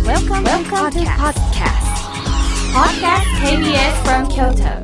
Welcome to podcast. Podcast KBS from Kyoto.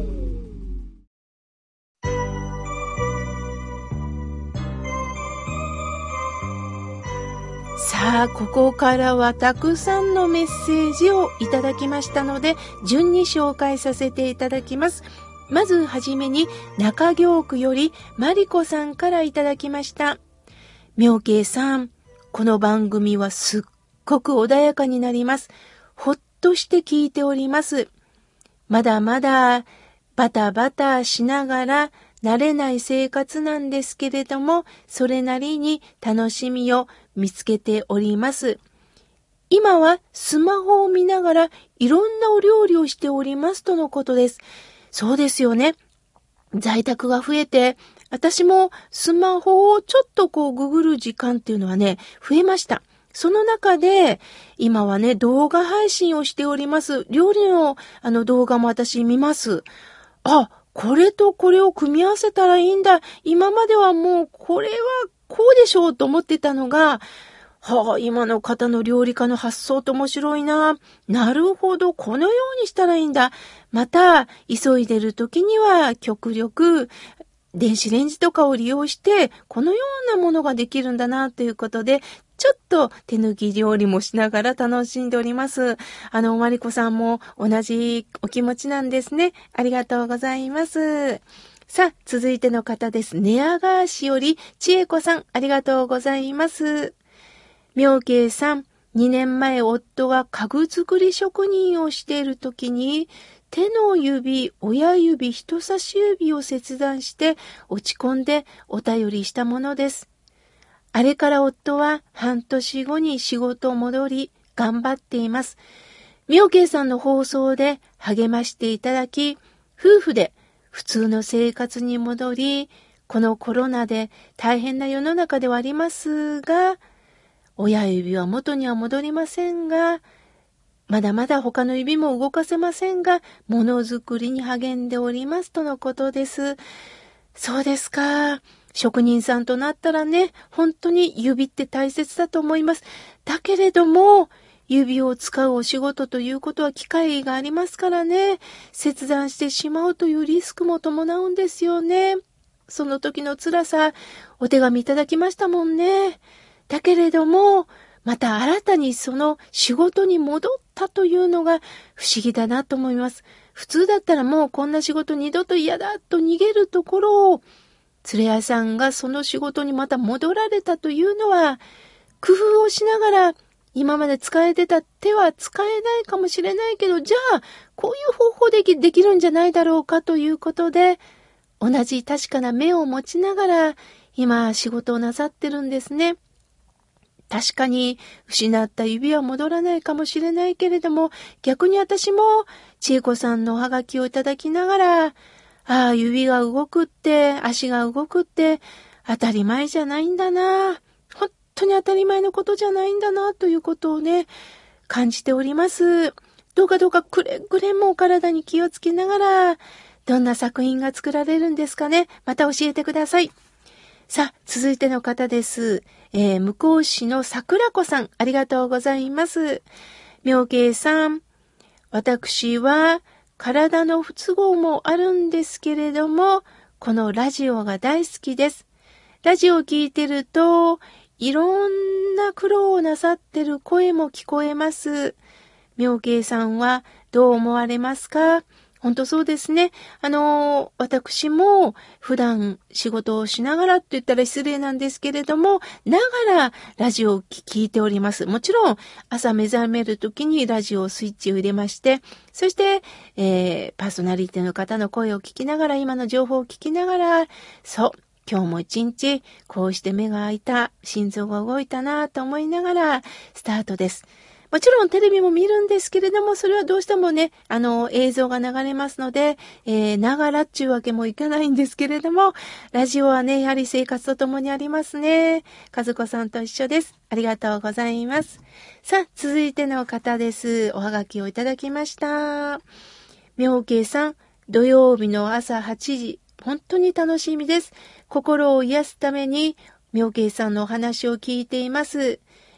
さあ、ここからはたくさんのメッセージをいただきましたので、順に紹介させていただきます。まずはじめに、中京区よりマリコさんからいただきました。妙慶さん、この番組はすっごく穏やかになります。ほっとして聞いております。まだまだバタバタしながら慣れない生活なんですけれども、それなりに楽しみを見つけております。今はスマホを見ながらいろんなお料理をしておりますとのことです。そうですよね。在宅が増えて、私もスマホをちょっとググる時間っていうのはね、増えました。その中で、今はね、動画配信をしております。料理の動画も私見ます。あ、これとこれを組み合わせたらいいんだ。今まではもうこれはこうでしょうと思ってたのが、今の方の料理家の発想って面白いな。なるほど、このようにしたらいいんだ。また、急いでる時には極力、電子レンジとかを利用して、このようなものができるんだなということで、ちょっと手抜き料理もしながら楽しんでおります。マリコさんも同じお気持ちなんですね。ありがとうございます。さあ、続いての方です。寝屋川市より千恵子さん、ありがとうございます。妙慶さん、2年前夫が家具作り職人をしているときに、手の指、親指、人差し指を切断して落ち込んでお便りしたものです。あれから夫は半年後に仕事を戻り頑張っています。妙慶さんの放送で励ましていただき、夫婦で普通の生活に戻り、このコロナで大変な世の中ではありますが、親指は元には戻りませんが、まだまだ他の指も動かせませんが、ものづくりに励んでおりますとのことです。そうですか。職人さんとなったらね、本当に指って大切だと思います。だけれども、指を使うお仕事ということは機会がありますからね、切断してしまうというリスクも伴うんですよね。その時の辛さ、お手紙いただきましたもんね。だけれども、また新たにその仕事に戻ったというのが不思議だなと思います。普通だったらもうこんな仕事二度と嫌だと逃げるところを、連れ屋さんがその仕事にまた戻られたというのは、工夫をしながら今まで使えてた手は使えないかもしれないけど、じゃあこういう方法でできるんじゃないだろうかということで、同じ確かな目を持ちながら今仕事をなさってるんですね。確かに失った指は戻らないかもしれないけれども、逆に私も千恵子さんのおはがきをいただきながら、指が動くって、足が動くって当たり前じゃないんだな。本当に当たり前のことじゃないんだなということをね、感じております。どうかくれぐれもお体に気をつけながら、どんな作品が作られるんですかね。また教えてください。さあ、続いての方です。向こう市の桜子さん、ありがとうございます。妙慶さん、私は体の不都合もあるんですけれども、このラジオが大好きです。ラジオを聞いてると、いろんな苦労をなさってる声も聞こえます。妙慶さんはどう思われますか？本当そうですね。私も普段仕事をしながらって言ったら失礼なんですけれども、ながらラジオを聞いております。もちろん朝目覚めるときにラジオスイッチを入れまして、そして、パーソナリティの方の声を聞きながら、今の情報を聞きながら、そう、今日も一日こうして目が開いた、心臓が動いたなと思いながらスタートです。もちろんテレビも見るんですけれども、それはどうしてもね、映像が流れますので、ながらっちゅうわけもいかないんですけれども、ラジオはね、やはり生活とともにありますね。和子さんと一緒です。ありがとうございます。さあ、続いての方です。おはがきをいただきました。妙慶さん、土曜日の朝8時、本当に楽しみです。心を癒すために、妙慶さんのお話を聞いています。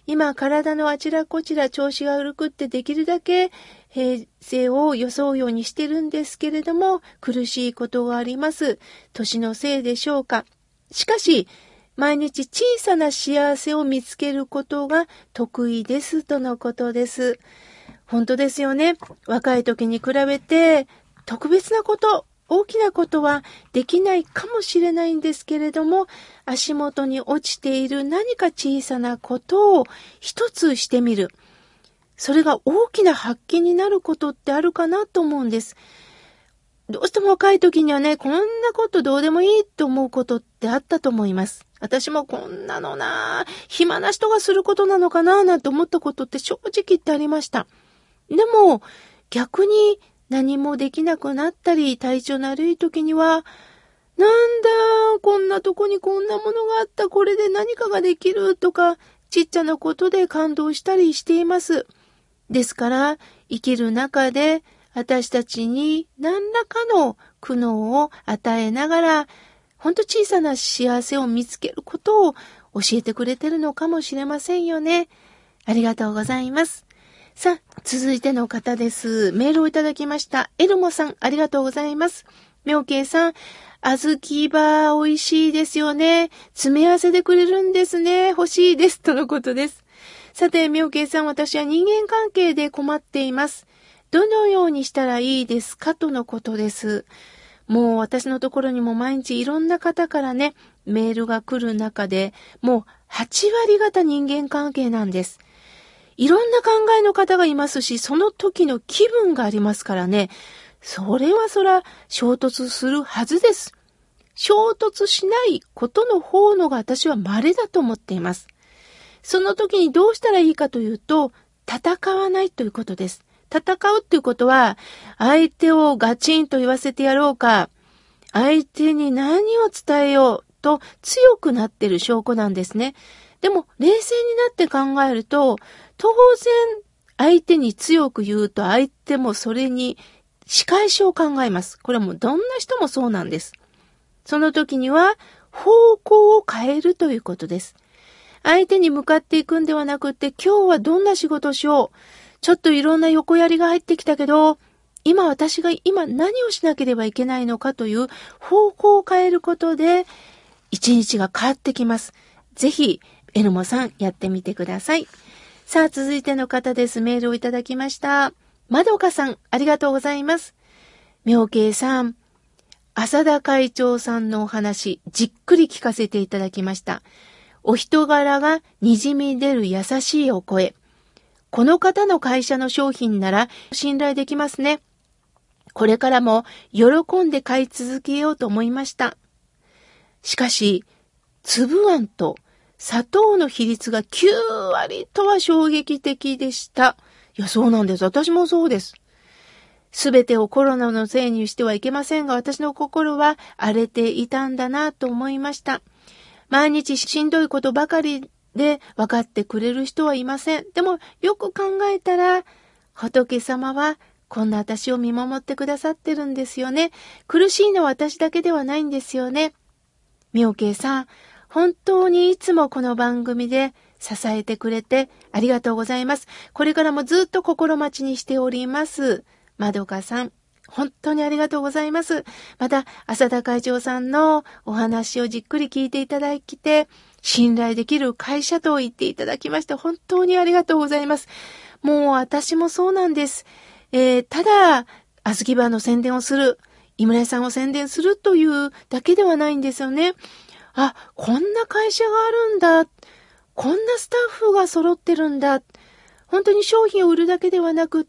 今体のあちらこちら調子が悪くってできるだけ平静を装うようにしてるんですけれども、苦しいことがあります。年のせいでしょうか。しかし、毎日小さな幸せを見つけることが得意ですとのことです。本当ですよね。若い時に比べて特別なこと、大きなことはできないかもしれないんですけれども、足元に落ちている何か小さなことを一つしてみる。それが大きな発見になることってあるかなと思うんです。どうしても若い時にはね、こんなことどうでもいいと思うことってあったと思います。私もこんなのな、暇な人がすることなのかななんて思ったことって正直言ってありました。でも逆に何もできなくなったり、体調の悪い時には、なんだ、こんなとこにこんなものがあった、これで何かができるとか、ちっちゃなことで感動したりしています。ですから、生きる中で私たちに何らかの苦悩を与えながら、ほんと小さな幸せを見つけることを教えてくれてるのかもしれませんよね。ありがとうございます。さあ、続いての方です。メールをいただきました。エルモさん、ありがとうございます。妙慶さん、小豆バー美味しいですよね。詰め合わせでくれるんですね。欲しいです。とのことです。さて、妙慶さん、私は人間関係で困っています。どのようにしたらいいですかとのことです。もう私のところにも毎日いろんな方からね、メールが来る中で、もう8割方人間関係なんです。いろんな考えの方がいますし、その時の気分がありますからね、それは衝突するはずです。衝突しないことの方のが私は稀だと思っています。その時にどうしたらいいかというと、戦わないということです。戦うっていうことは、相手をガチンと言わせてやろうか、相手に何を伝えようと強くなっている証拠なんですね。でも、冷静になって考えると、当然、相手に強く言うと相手もそれに仕返しを考えます。これはもうどんな人もそうなんです。その時には、方向を変えるということです。相手に向かっていくんではなくって、今日はどんな仕事をしよう。ちょっといろんな横やりが入ってきたけど、私が何をしなければいけないのかという方向を変えることで、一日が変わってきます。ぜひ、エルモさんやってみてください。さあ、続いての方です。メールをいただきました。まどかさん、ありがとうございます。妙慶さん、浅田会長さんのお話、じっくり聞かせていただきました。お人柄がにじみ出る優しいお声。この方の会社の商品なら信頼できますね。これからも喜んで買い続けようと思いました。しかし、粒あんと砂糖の比率が9割とは衝撃的でした。いや、そうなんです。私もそうです。すべてをコロナのせいにしてはいけませんが、私の心は荒れていたんだなと思いました。毎日しんどいことばかりで分かってくれる人はいません。でもよく考えたら、仏様はこんな私を見守ってくださってるんですよね。苦しいのは私だけではないんですよね。妙慶さん、本当にいつもこの番組で支えてくれてありがとうございます。これからもずっと心待ちにしております。まどかさん、本当にありがとうございます。また、浅田会長さんのお話をじっくり聞いていただきて、信頼できる会社と言っていただきまして、本当にありがとうございます。もう私もそうなんです。ただ、小豆バーの宣伝をする、井村屋さんを宣伝するというだけではないんですよね。あ、こんな会社があるんだ。こんなスタッフが揃ってるんだ。本当に商品を売るだけではなくって、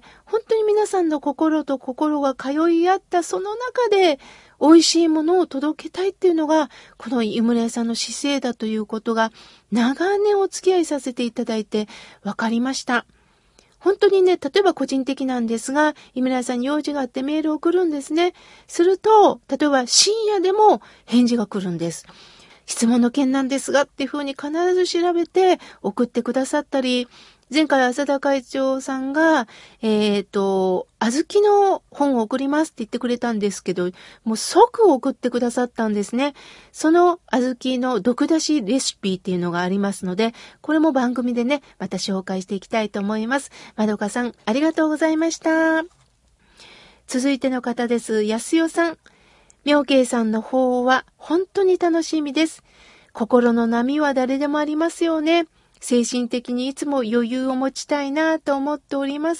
本当に皆さんの心と心が通い合ったその中で美味しいものを届けたいっていうのが、この井村屋さんの姿勢だということが長年お付き合いさせていただいて分かりました。本当にね、例えば個人的なんですが、井村屋さんに用事があってメールを送るんですね。すると、例えば深夜でも返事が来るんです。質問の件なんですがっていうふうに必ず調べて送ってくださったり、 前回浅田会長さんが、小豆の本を送りますって言ってくれたんですけど、もう即送ってくださったんですね。その小豆の毒出しレシピっていうのがありますので、これも番組でね、また紹介していきたいと思います。まどかさん、ありがとうございました。続いての方です。安代さん。妙慶さんの方は本当に楽しみです。心の波は誰でもありますよね。精神的にいつも余裕を持ちたいなと思っております。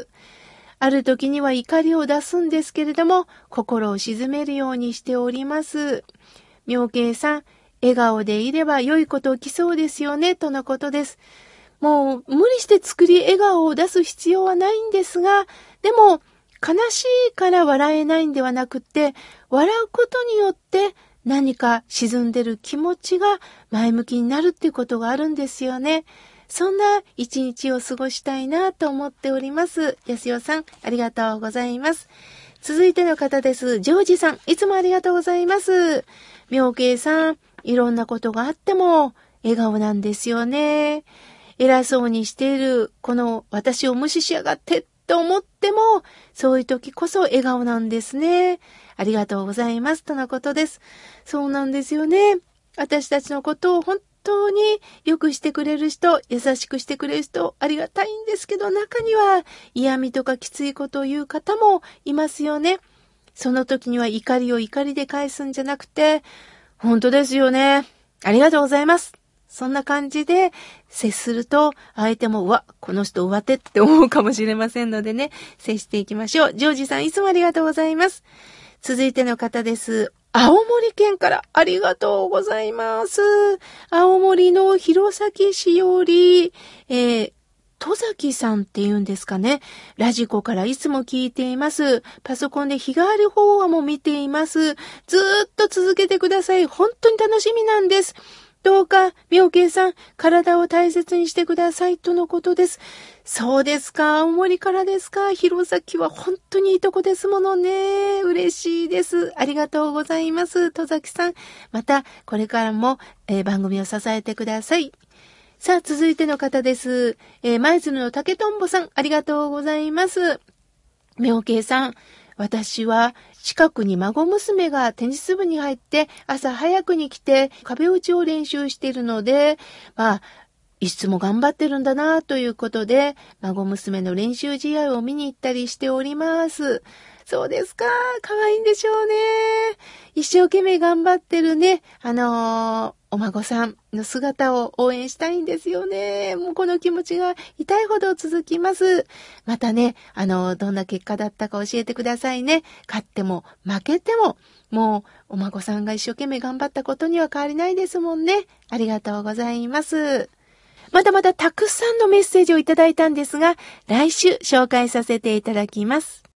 ある時には怒りを出すんですけれども、心を鎮めるようにしております。妙慶さん、笑顔でいれば良いこと起きそうですよね、とのことです。もう無理して作り笑顔を出す必要はないんですが、でも悲しいから笑えないんではなくって、笑うことによって何か沈んでる気持ちが前向きになるっていうことがあるんですよね。そんな一日を過ごしたいなと思っております。安代さん、ありがとうございます。続いての方です。ジョージさん、いつもありがとうございます。妙慶さん、いろんなことがあっても笑顔なんですよね。偉そうにしているこの私を無視しやがってと思っても、そういう時こそ笑顔なんですね。ありがとうございます。とのことです。そうなんですよね。私たちのことを本当によくしてくれる人、優しくしてくれる人、ありがたいんですけど、中には嫌味とかきついことを言う方もいますよね。その時には怒りを怒りで返すんじゃなくて、本当ですよね。ありがとうございます。そんな感じで接すると、相手も、うわ、この人上手って思うかもしれませんのでね、接していきましょう。ジョージさん、いつもありがとうございます。続いての方です。青森県からありがとうございます。青森の弘前市より、戸崎さんって言うんですかね。ラジコからいつも聞いています。パソコンで日替わり法話も見ています。ずーっと続けてください。本当に楽しみなんです。どうか、妙慶さん、体を大切にしてください、とのことです。そうですか、青森からですか。弘前は本当にいいとこですものね。嬉しいです。ありがとうございます、戸崎さん。また、これからも、番組を支えてください。さあ、続いての方です。舞鶴の竹とんぼさん、ありがとうございます。妙慶さん、私は近くに孫娘がテニス部に入って朝早くに来て壁打ちを練習しているので、いつも頑張ってるんだなということで、孫娘の練習試合を見に行ったりしております。そうですか。可愛いんでしょうね。一生懸命頑張ってるね、お孫さんの姿を応援したいんですよね。もうこの気持ちが痛いほど続きます。またね、どんな結果だったか教えてくださいね。勝っても負けても、もうお孫さんが一生懸命頑張ったことには変わりないですもんね。ありがとうございます。まだまだたくさんのメッセージをいただいたんですが、来週紹介させていただきます。